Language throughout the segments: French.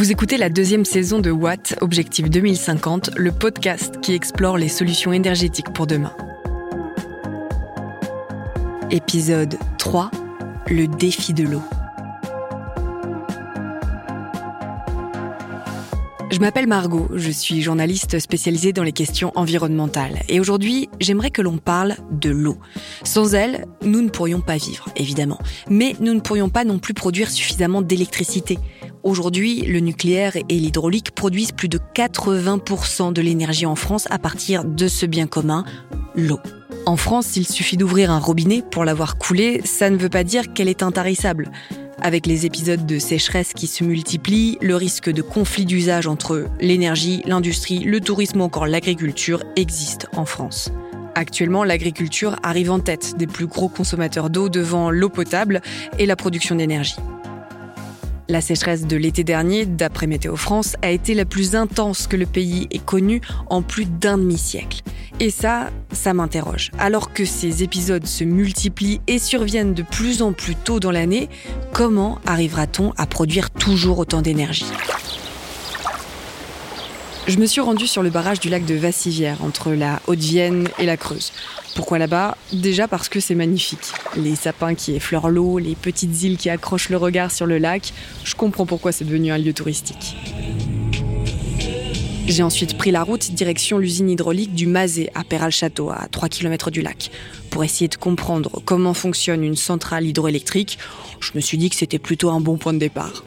Vous écoutez la 2e saison de Watt, Objectif 2050, le podcast qui explore les solutions énergétiques pour demain. Épisode 3, le défi de l'eau. Je m'appelle Margot, je suis journaliste spécialisée dans les questions environnementales. Et aujourd'hui, j'aimerais que l'on parle de l'eau. Sans elle, nous ne pourrions pas vivre, évidemment. Mais nous ne pourrions pas non plus produire suffisamment d'électricité. Aujourd'hui, le nucléaire et l'hydraulique produisent plus de 80% de l'énergie en France à partir de ce bien commun, l'eau. En France, il suffit d'ouvrir un robinet pour l'avoir coulée, ça ne veut pas dire qu'elle est intarissable. Avec les épisodes de sécheresse qui se multiplient, le risque de conflit d'usage entre l'énergie, l'industrie, le tourisme ou encore l'agriculture existe en France. Actuellement, l'agriculture arrive en tête des plus gros consommateurs d'eau devant l'eau potable et la production d'énergie. La sécheresse de l'été dernier, d'après Météo France, a été la plus intense que le pays ait connue en plus d'un demi-siècle. Et ça m'interroge. Alors que ces épisodes se multiplient et surviennent de plus en plus tôt dans l'année, comment arrivera-t-on à produire toujours autant d'énergie ? Je me suis rendue sur le barrage du lac de Vassivière, entre la Haute-Vienne et la Creuse. Pourquoi là-bas ? Déjà parce que c'est magnifique. Les sapins qui effleurent l'eau, les petites îles qui accrochent le regard sur le lac, je comprends pourquoi c'est devenu un lieu touristique. J'ai ensuite pris la route direction l'usine hydraulique du Mazet à Péral-Château, à 3 km du lac. Pour essayer de comprendre comment fonctionne une centrale hydroélectrique, je me suis dit que c'était plutôt un bon point de départ.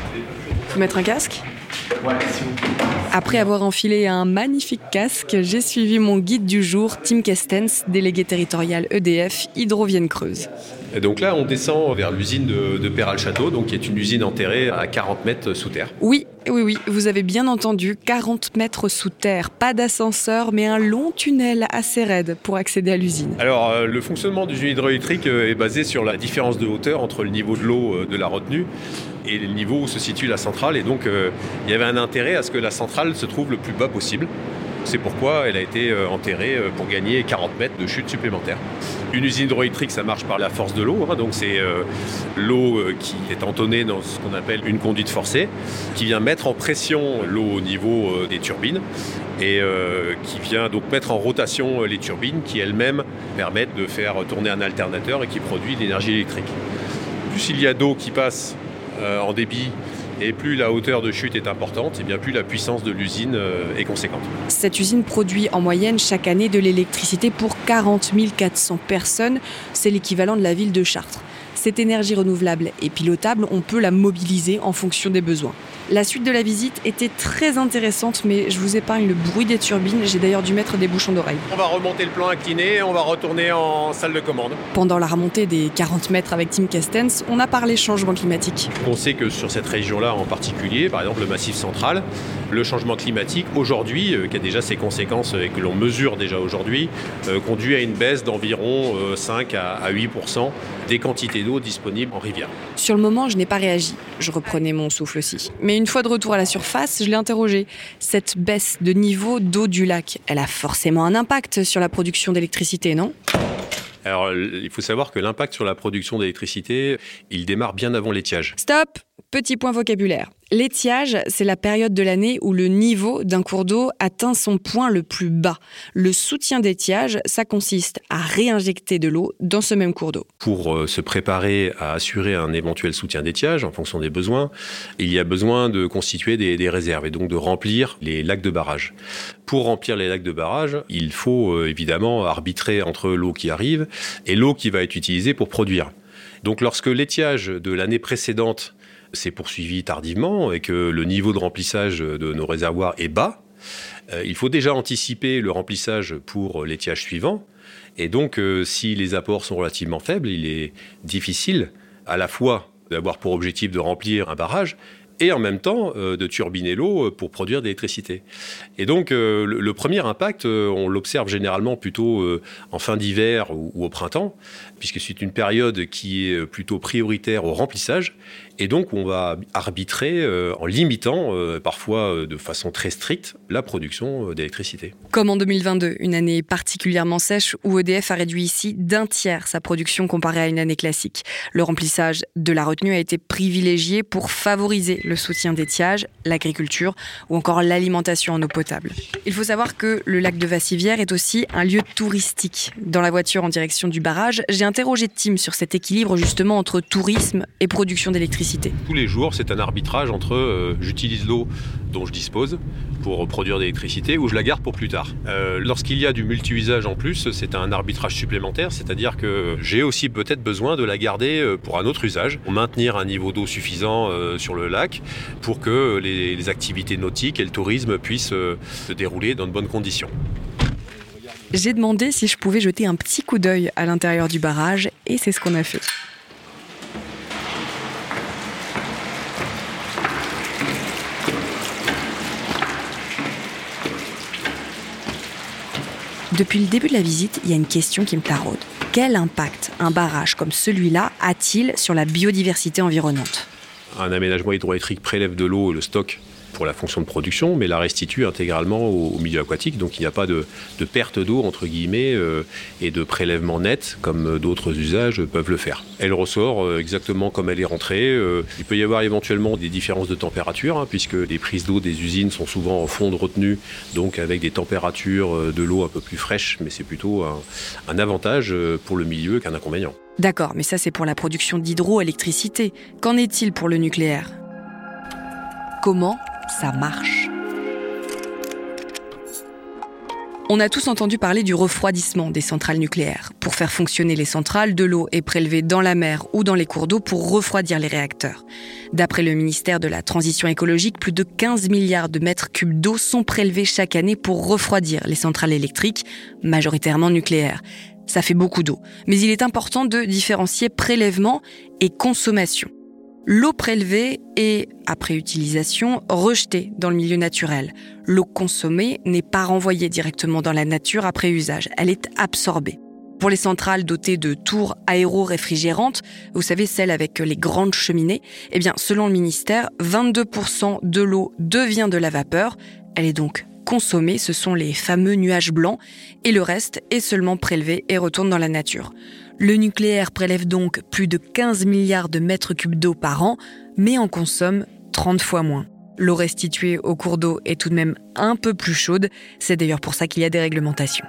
Faut mettre un casque ? Ouais, s'il vous plaît. Après avoir enfilé un magnifique casque, j'ai suivi mon guide du jour, Tim Kestens, délégué territorial EDF Hydro-Vienne-Creuse. Et donc là, on descend vers l'usine de Péral-Château, donc qui est une usine enterrée à 40 mètres sous terre. Oui, vous avez bien entendu, 40 mètres sous terre. Pas d'ascenseur, mais un long tunnel assez raide pour accéder à l'usine. Alors, le fonctionnement d'une hydroélectrique est basé sur la différence de hauteur entre le niveau de l'eau de la retenue et le niveau où se situe la centrale. Et donc, il y avait un intérêt à ce que la centrale se trouve le plus bas possible. C'est pourquoi elle a été enterrée pour gagner 40 mètres de chute supplémentaire. Une usine hydroélectrique, ça marche par la force de l'eau. Donc c'est l'eau qui est entonnée dans ce qu'on appelle une conduite forcée, qui vient mettre en pression l'eau au niveau des turbines et qui vient donc mettre en rotation les turbines qui elles-mêmes permettent de faire tourner un alternateur et qui produit de l'énergie électrique. Plus il y a d'eau qui passe en débit, et plus la hauteur de chute est importante, et bien plus la puissance de l'usine est conséquente. Cette usine produit en moyenne chaque année de l'électricité pour 40 400 personnes. C'est l'équivalent de la ville de Chartres. Cette énergie renouvelable et pilotable, on peut la mobiliser en fonction des besoins. La suite de la visite était très intéressante, mais je vous épargne le bruit des turbines. J'ai d'ailleurs dû mettre des bouchons d'oreille. On va remonter le plan incliné et on va retourner en salle de commande. Pendant la remontée des 40 mètres avec Tim Kestens, on a parlé changement climatique. On sait que sur cette région-là en particulier, par exemple le Massif central, le changement climatique aujourd'hui, qui a déjà ses conséquences et que l'on mesure déjà aujourd'hui, conduit à une baisse d'environ 5 à 8% des quantités d'eau disponibles en rivière. Sur le moment, je n'ai pas réagi. Je reprenais mon souffle aussi. Mais une fois de retour à la surface, je l'ai interrogé. Cette baisse de niveau d'eau du lac, elle a forcément un impact sur la production d'électricité, non ? Alors, il faut savoir que l'impact sur la production d'électricité, il démarre bien avant l'étiage. Stop ! Petit point vocabulaire. L'étiage, c'est la période de l'année où le niveau d'un cours d'eau atteint son point le plus bas. Le soutien d'étiage, ça consiste à réinjecter de l'eau dans ce même cours d'eau. Pour se préparer à assurer un éventuel soutien d'étiage, en fonction des besoins, il y a besoin de constituer des réserves et donc de remplir les lacs de barrage. Pour remplir les lacs de barrage, il faut évidemment arbitrer entre l'eau qui arrive et l'eau qui va être utilisée pour produire. Donc lorsque l'étiage de l'année précédente s'est poursuivi tardivement et que le niveau de remplissage de nos réservoirs est bas, il faut déjà anticiper le remplissage pour l'étiage suivant. Et donc, si les apports sont relativement faibles, il est difficile à la fois d'avoir pour objectif de remplir un barrage et en même temps de turbiner l'eau pour produire de l'électricité. Et donc, le premier impact, on l'observe généralement plutôt en fin d'hiver ou au printemps, puisque c'est une période qui est plutôt prioritaire au remplissage Et donc, on va arbitrer en limitant, parfois de façon très stricte, la production d'électricité. Comme en 2022, une année particulièrement sèche où EDF a réduit ici d'1/3 sa production comparée à une année classique. Le remplissage de la retenue a été privilégié pour favoriser le soutien d'étiage, l'agriculture ou encore l'alimentation en eau potable. Il faut savoir que le lac de Vassivière est aussi un lieu touristique. Dans la voiture en direction du barrage, j'ai interrogé Tim sur cet équilibre justement entre tourisme et production d'électricité. Tous les jours, c'est un arbitrage entre j'utilise l'eau dont je dispose pour produire de l'électricité ou je la garde pour plus tard. Lorsqu'il y a du multi-usage en plus, c'est un arbitrage supplémentaire, c'est-à-dire que j'ai aussi peut-être besoin de la garder pour un autre usage, pour maintenir un niveau d'eau suffisant sur le lac, pour que les activités nautiques et le tourisme puissent se dérouler dans de bonnes conditions. J'ai demandé si je pouvais jeter un petit coup d'œil à l'intérieur du barrage et c'est ce qu'on a fait. Depuis le début de la visite, il y a une question qui me taraude. Quel impact un barrage comme celui-là a-t-il sur la biodiversité environnante ? Un aménagement hydroélectrique prélève de l'eau et le stocke pour la fonction de production, mais la restitue intégralement au milieu aquatique. Donc il n'y a pas de perte d'eau, entre guillemets, et de prélèvement net, comme d'autres usages peuvent le faire. Elle ressort exactement comme elle est rentrée. Il peut y avoir éventuellement des différences de température, puisque les prises d'eau des usines sont souvent en fond de retenue, donc avec des températures de l'eau un peu plus fraîches, mais c'est plutôt un avantage pour le milieu qu'un inconvénient. D'accord, mais ça c'est pour la production d'hydroélectricité. Qu'en est-il pour le nucléaire ? Comment ça marche ? On a tous entendu parler du refroidissement des centrales nucléaires. Pour faire fonctionner les centrales, de l'eau est prélevée dans la mer ou dans les cours d'eau pour refroidir les réacteurs. D'après le ministère de la Transition écologique, plus de 15 milliards de mètres cubes d'eau sont prélevés chaque année pour refroidir les centrales électriques, majoritairement nucléaires. Ça fait beaucoup d'eau. Mais il est important de différencier prélèvement et consommation. L'eau prélevée est, après utilisation, rejetée dans le milieu naturel. L'eau consommée n'est pas renvoyée directement dans la nature après usage. Elle est absorbée. Pour les centrales dotées de tours aéro-réfrigérantes, vous savez, celles avec les grandes cheminées, eh bien, selon le ministère, 22% de l'eau devient de la vapeur. Elle est donc consommée, ce sont les fameux nuages blancs, et le reste est seulement prélevé et retourne dans la nature. Le nucléaire prélève donc plus de 15 milliards de mètres cubes d'eau par an, mais en consomme 30 fois moins. L'eau restituée au cours d'eau est tout de même un peu plus chaude, c'est d'ailleurs pour ça qu'il y a des réglementations.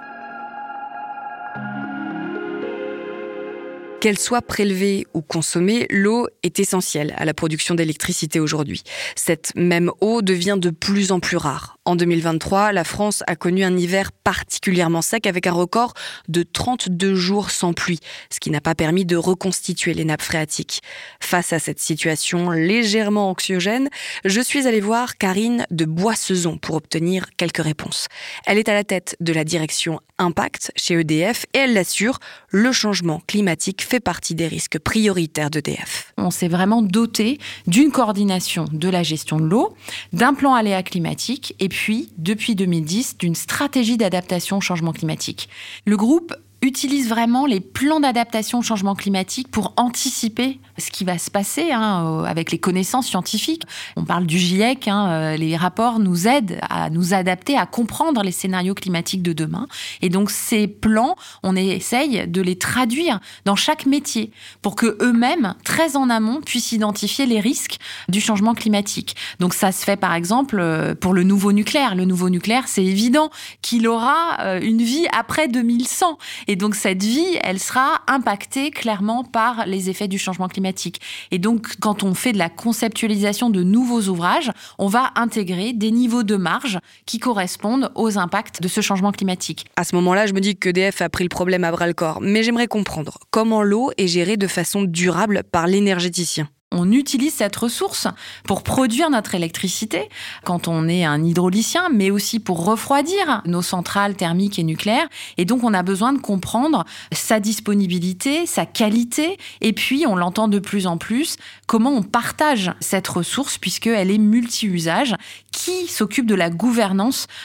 Qu'elle soit prélevée ou consommée, l'eau est essentielle à la production d'électricité aujourd'hui. Cette même eau devient de plus en plus rare. En 2023, la France a connu un hiver particulièrement sec avec un record de 32 jours sans pluie, ce qui n'a pas permis de reconstituer les nappes phréatiques. Face à cette situation légèrement anxiogène, je suis allée voir Karine de Boissezon pour obtenir quelques réponses. Elle est à la tête de la direction Impact chez EDF et elle l'assure, le changement climatique fait partie des risques prioritaires d'EDF. On s'est vraiment doté d'une coordination de la gestion de l'eau, d'un plan aléa climatique et puis, depuis 2010, d'une stratégie d'adaptation au changement climatique. Le groupe utilise vraiment les plans d'adaptation au changement climatique pour anticiper ce qui va se passer avec les connaissances scientifiques. On parle du GIEC, les rapports nous aident à nous adapter, à comprendre les scénarios climatiques de demain. Et donc ces plans, on essaye de les traduire dans chaque métier pour que eux-mêmes, très en amont, puissent identifier les risques du changement climatique. Donc ça se fait par exemple pour le nouveau nucléaire. Le nouveau nucléaire, c'est évident qu'il aura une vie après 2100. Et donc, cette vie, elle sera impactée clairement par les effets du changement climatique. Et donc, quand on fait de la conceptualisation de nouveaux ouvrages, on va intégrer des niveaux de marge qui correspondent aux impacts de ce changement climatique. À ce moment-là, je me dis qu'EDF a pris le problème à bras-le-corps. Mais j'aimerais comprendre comment l'eau est gérée de façon durable par l'énergéticien. On utilise cette ressource pour produire notre électricité quand on est un hydraulicien, mais aussi pour refroidir nos centrales thermiques et nucléaires. Et donc, on a besoin de comprendre sa disponibilité, sa qualité. Et puis, on l'entend de plus en plus, comment on partage cette ressource puisqu'elle est multi-usage. Qui s'occupe de la gouvernance de l'eau ?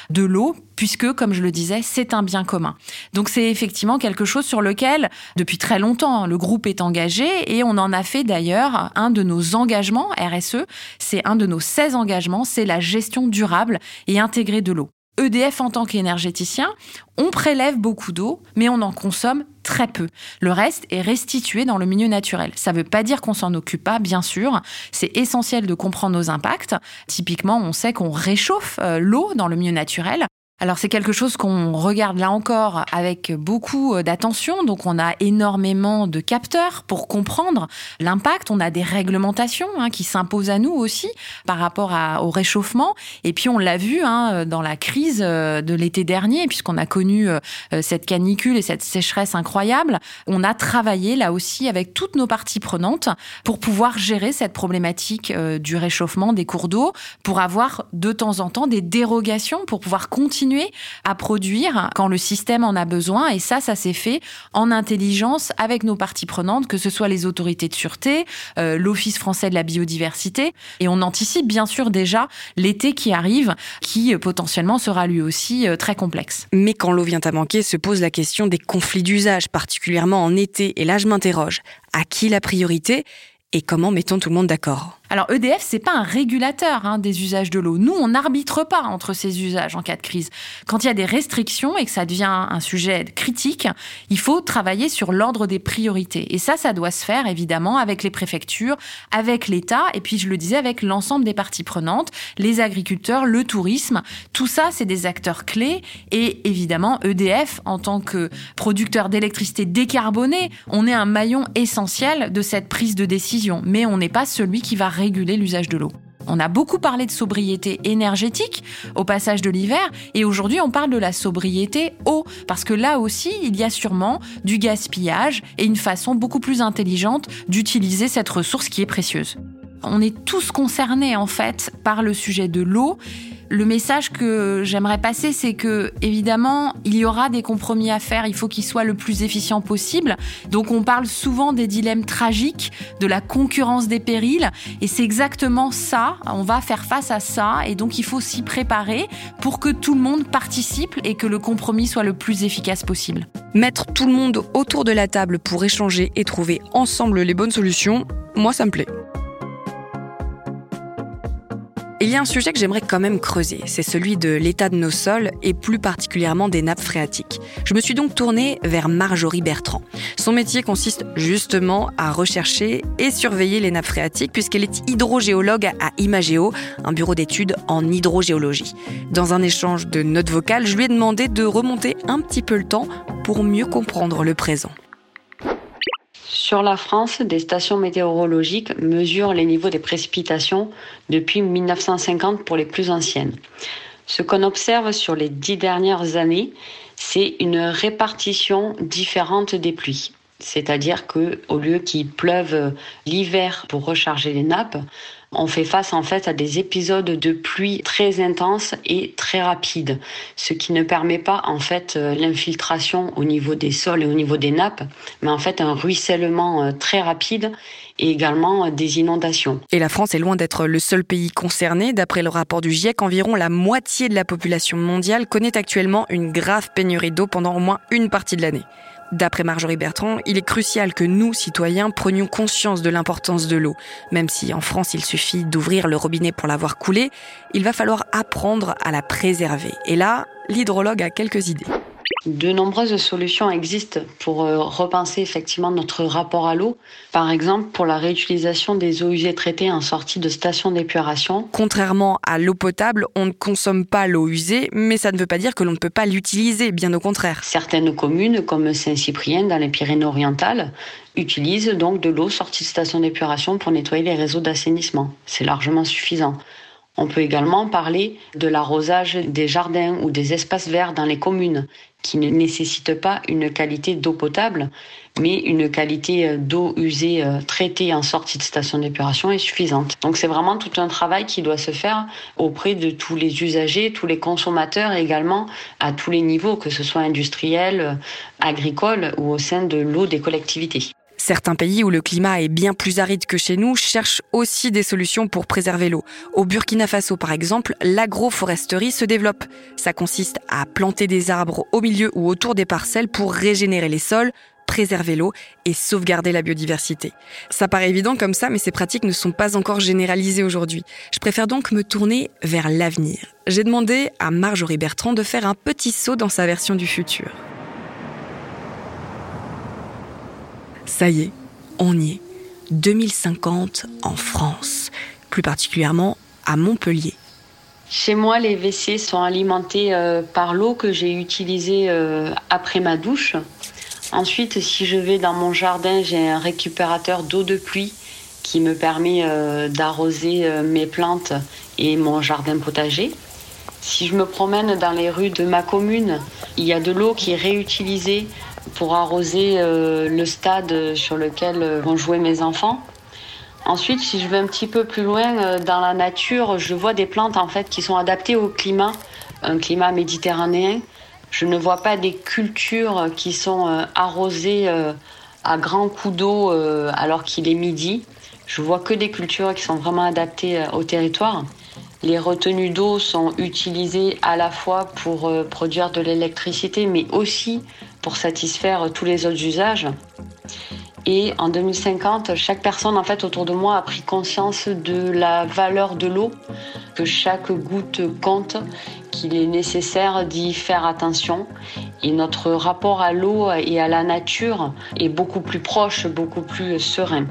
puisque, comme je le disais, c'est un bien commun. Donc c'est effectivement quelque chose sur lequel, depuis très longtemps, le groupe est engagé et on en a fait d'ailleurs un de nos engagements RSE. C'est un de nos 16 engagements, c'est la gestion durable et intégrée de l'eau. EDF, en tant qu'énergéticien, on prélève beaucoup d'eau, mais on en consomme très peu. Le reste est restitué dans le milieu naturel. Ça ne veut pas dire qu'on s'en occupe pas, bien sûr. C'est essentiel de comprendre nos impacts. Typiquement, on sait qu'on réchauffe l'eau dans le milieu naturel. Alors c'est quelque chose qu'on regarde là encore avec beaucoup d'attention. Donc on a énormément de capteurs pour comprendre l'impact. On a des réglementations qui s'imposent à nous aussi par rapport au réchauffement. Et puis on l'a vu dans la crise de l'été dernier, puisqu'on a connu cette canicule et cette sécheresse incroyable. On a travaillé là aussi avec toutes nos parties prenantes pour pouvoir gérer cette problématique du réchauffement des cours d'eau, pour avoir de temps en temps des dérogations pour pouvoir continuer à produire quand le système en a besoin. Et ça s'est fait en intelligence avec nos parties prenantes, que ce soit les autorités de sûreté, l'Office français de la biodiversité. Et on anticipe bien sûr déjà l'été qui arrive, qui potentiellement sera lui aussi très complexe. Mais quand l'eau vient à manquer, se pose la question des conflits d'usage, particulièrement en été. Et là, je m'interroge, à qui la priorité et comment mettons tout le monde d'accord ? Alors EDF, c'est pas un régulateur des usages de l'eau. Nous, on n'arbitre pas entre ces usages en cas de crise. Quand il y a des restrictions et que ça devient un sujet critique, il faut travailler sur l'ordre des priorités. Et ça doit se faire évidemment avec les préfectures, avec l'État, et puis je le disais, avec l'ensemble des parties prenantes, les agriculteurs, le tourisme. Tout ça, c'est des acteurs clés. Et évidemment, EDF, en tant que producteur d'électricité décarbonée, on est un maillon essentiel de cette prise de décision. Mais on n'est pas celui qui va réguler l'usage de l'eau. On a beaucoup parlé de sobriété énergétique au passage de l'hiver et aujourd'hui on parle de la sobriété eau parce que là aussi il y a sûrement du gaspillage et une façon beaucoup plus intelligente d'utiliser cette ressource qui est précieuse. On est tous concernés en fait par le sujet de l'eau. Le message que j'aimerais passer, c'est que, évidemment, il y aura des compromis à faire. Il faut qu'ils soient le plus efficients possible. Donc, on parle souvent des dilemmes tragiques, de la concurrence des périls. Et c'est exactement ça. On va faire face à ça. Et donc, il faut s'y préparer pour que tout le monde participe et que le compromis soit le plus efficace possible. Mettre tout le monde autour de la table pour échanger et trouver ensemble les bonnes solutions, moi, ça me plaît. Il y a un sujet que j'aimerais quand même creuser, c'est celui de l'état de nos sols et plus particulièrement des nappes phréatiques. Je me suis donc tournée vers Marjorie Bertrand. Son métier consiste justement à rechercher et surveiller les nappes phréatiques puisqu'elle est hydrogéologue à Imagéo, un bureau d'études en hydrogéologie. Dans un échange de notes vocales, je lui ai demandé de remonter un petit peu le temps pour mieux comprendre le présent. Sur la France, des stations météorologiques mesurent les niveaux des précipitations depuis 1950 pour les plus anciennes. Ce qu'on observe sur les 10 dernières années, c'est une répartition différente des pluies. C'est-à-dire qu'au lieu qu'il pleuve l'hiver pour recharger les nappes, on fait face en fait à des épisodes de pluie très intenses et très rapides, ce qui ne permet pas en fait l'infiltration au niveau des sols et au niveau des nappes, mais en fait un ruissellement très rapide et également des inondations. Et la France est loin d'être le seul pays concerné. D'après le rapport du GIEC, environ la moitié de la population mondiale connaît actuellement une grave pénurie d'eau pendant au moins une partie de l'année. D'après Marjorie Bertrand, il est crucial que nous, citoyens, prenions conscience de l'importance de l'eau. Même si en France, il suffit d'ouvrir le robinet pour la voir couler, il va falloir apprendre à la préserver. Et là, l'hydrologue a quelques idées. De nombreuses solutions existent pour repenser effectivement notre rapport à l'eau. Par exemple, pour la réutilisation des eaux usées traitées en sortie de stations d'épuration. Contrairement à l'eau potable, on ne consomme pas l'eau usée, mais ça ne veut pas dire que l'on ne peut pas l'utiliser, bien au contraire. Certaines communes, comme Saint-Cyprien dans les Pyrénées-Orientales, utilisent donc de l'eau sortie de stations d'épuration pour nettoyer les réseaux d'assainissement. C'est largement suffisant. On peut également parler de l'arrosage des jardins ou des espaces verts dans les communes, qui ne nécessitent pas une qualité d'eau potable, mais une qualité d'eau usée traitée en sortie de station d'épuration est suffisante. Donc c'est vraiment tout un travail qui doit se faire auprès de tous les usagers, tous les consommateurs et également à tous les niveaux, que ce soit industriel, agricole ou au sein de l'eau des collectivités. Certains pays où le climat est bien plus aride que chez nous cherchent aussi des solutions pour préserver l'eau. Au Burkina Faso, par exemple, l'agroforesterie se développe. Ça consiste à planter des arbres au milieu ou autour des parcelles pour régénérer les sols, préserver l'eau et sauvegarder la biodiversité. Ça paraît évident comme ça, mais ces pratiques ne sont pas encore généralisées aujourd'hui. Je préfère donc me tourner vers l'avenir. J'ai demandé à Marjorie Bertrand de faire un petit saut dans sa version du futur. Ça y est, on y est. 2050 en France, plus particulièrement à Montpellier. Chez moi, les WC sont alimentés par l'eau que j'ai utilisée après ma douche. Ensuite, si je vais dans mon jardin, j'ai un récupérateur d'eau de pluie qui me permet d'arroser mes plantes et mon jardin potager. Si je me promène dans les rues de ma commune, il y a de l'eau qui est réutilisée pour arroser le stade sur lequel vont jouer mes enfants. Ensuite, si je vais un petit peu plus loin dans la nature, je vois des plantes en fait qui sont adaptées au climat, un climat méditerranéen. Je ne vois pas des cultures qui sont arrosées à grands coups d'eau alors qu'il est midi. Je vois que des cultures qui sont vraiment adaptées au territoire. Les retenues d'eau sont utilisées à la fois pour produire de l'électricité, mais aussi pour satisfaire tous les autres usages. Et en 2050, chaque personne en fait autour de moi a pris conscience de la valeur de l'eau, que chaque goutte compte, qu'il est nécessaire d'y faire attention. Et notre rapport à l'eau et à la nature est beaucoup plus proche, beaucoup plus serein.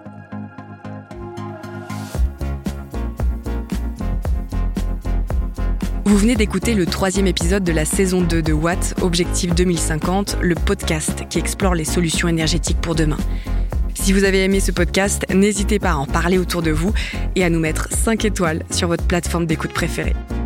Vous venez d'écouter le 3e épisode de la saison 2 de Watt, Objectif 2050, le podcast qui explore les solutions énergétiques pour demain. Si vous avez aimé ce podcast, n'hésitez pas à en parler autour de vous et à nous mettre 5 étoiles sur votre plateforme d'écoute préférée.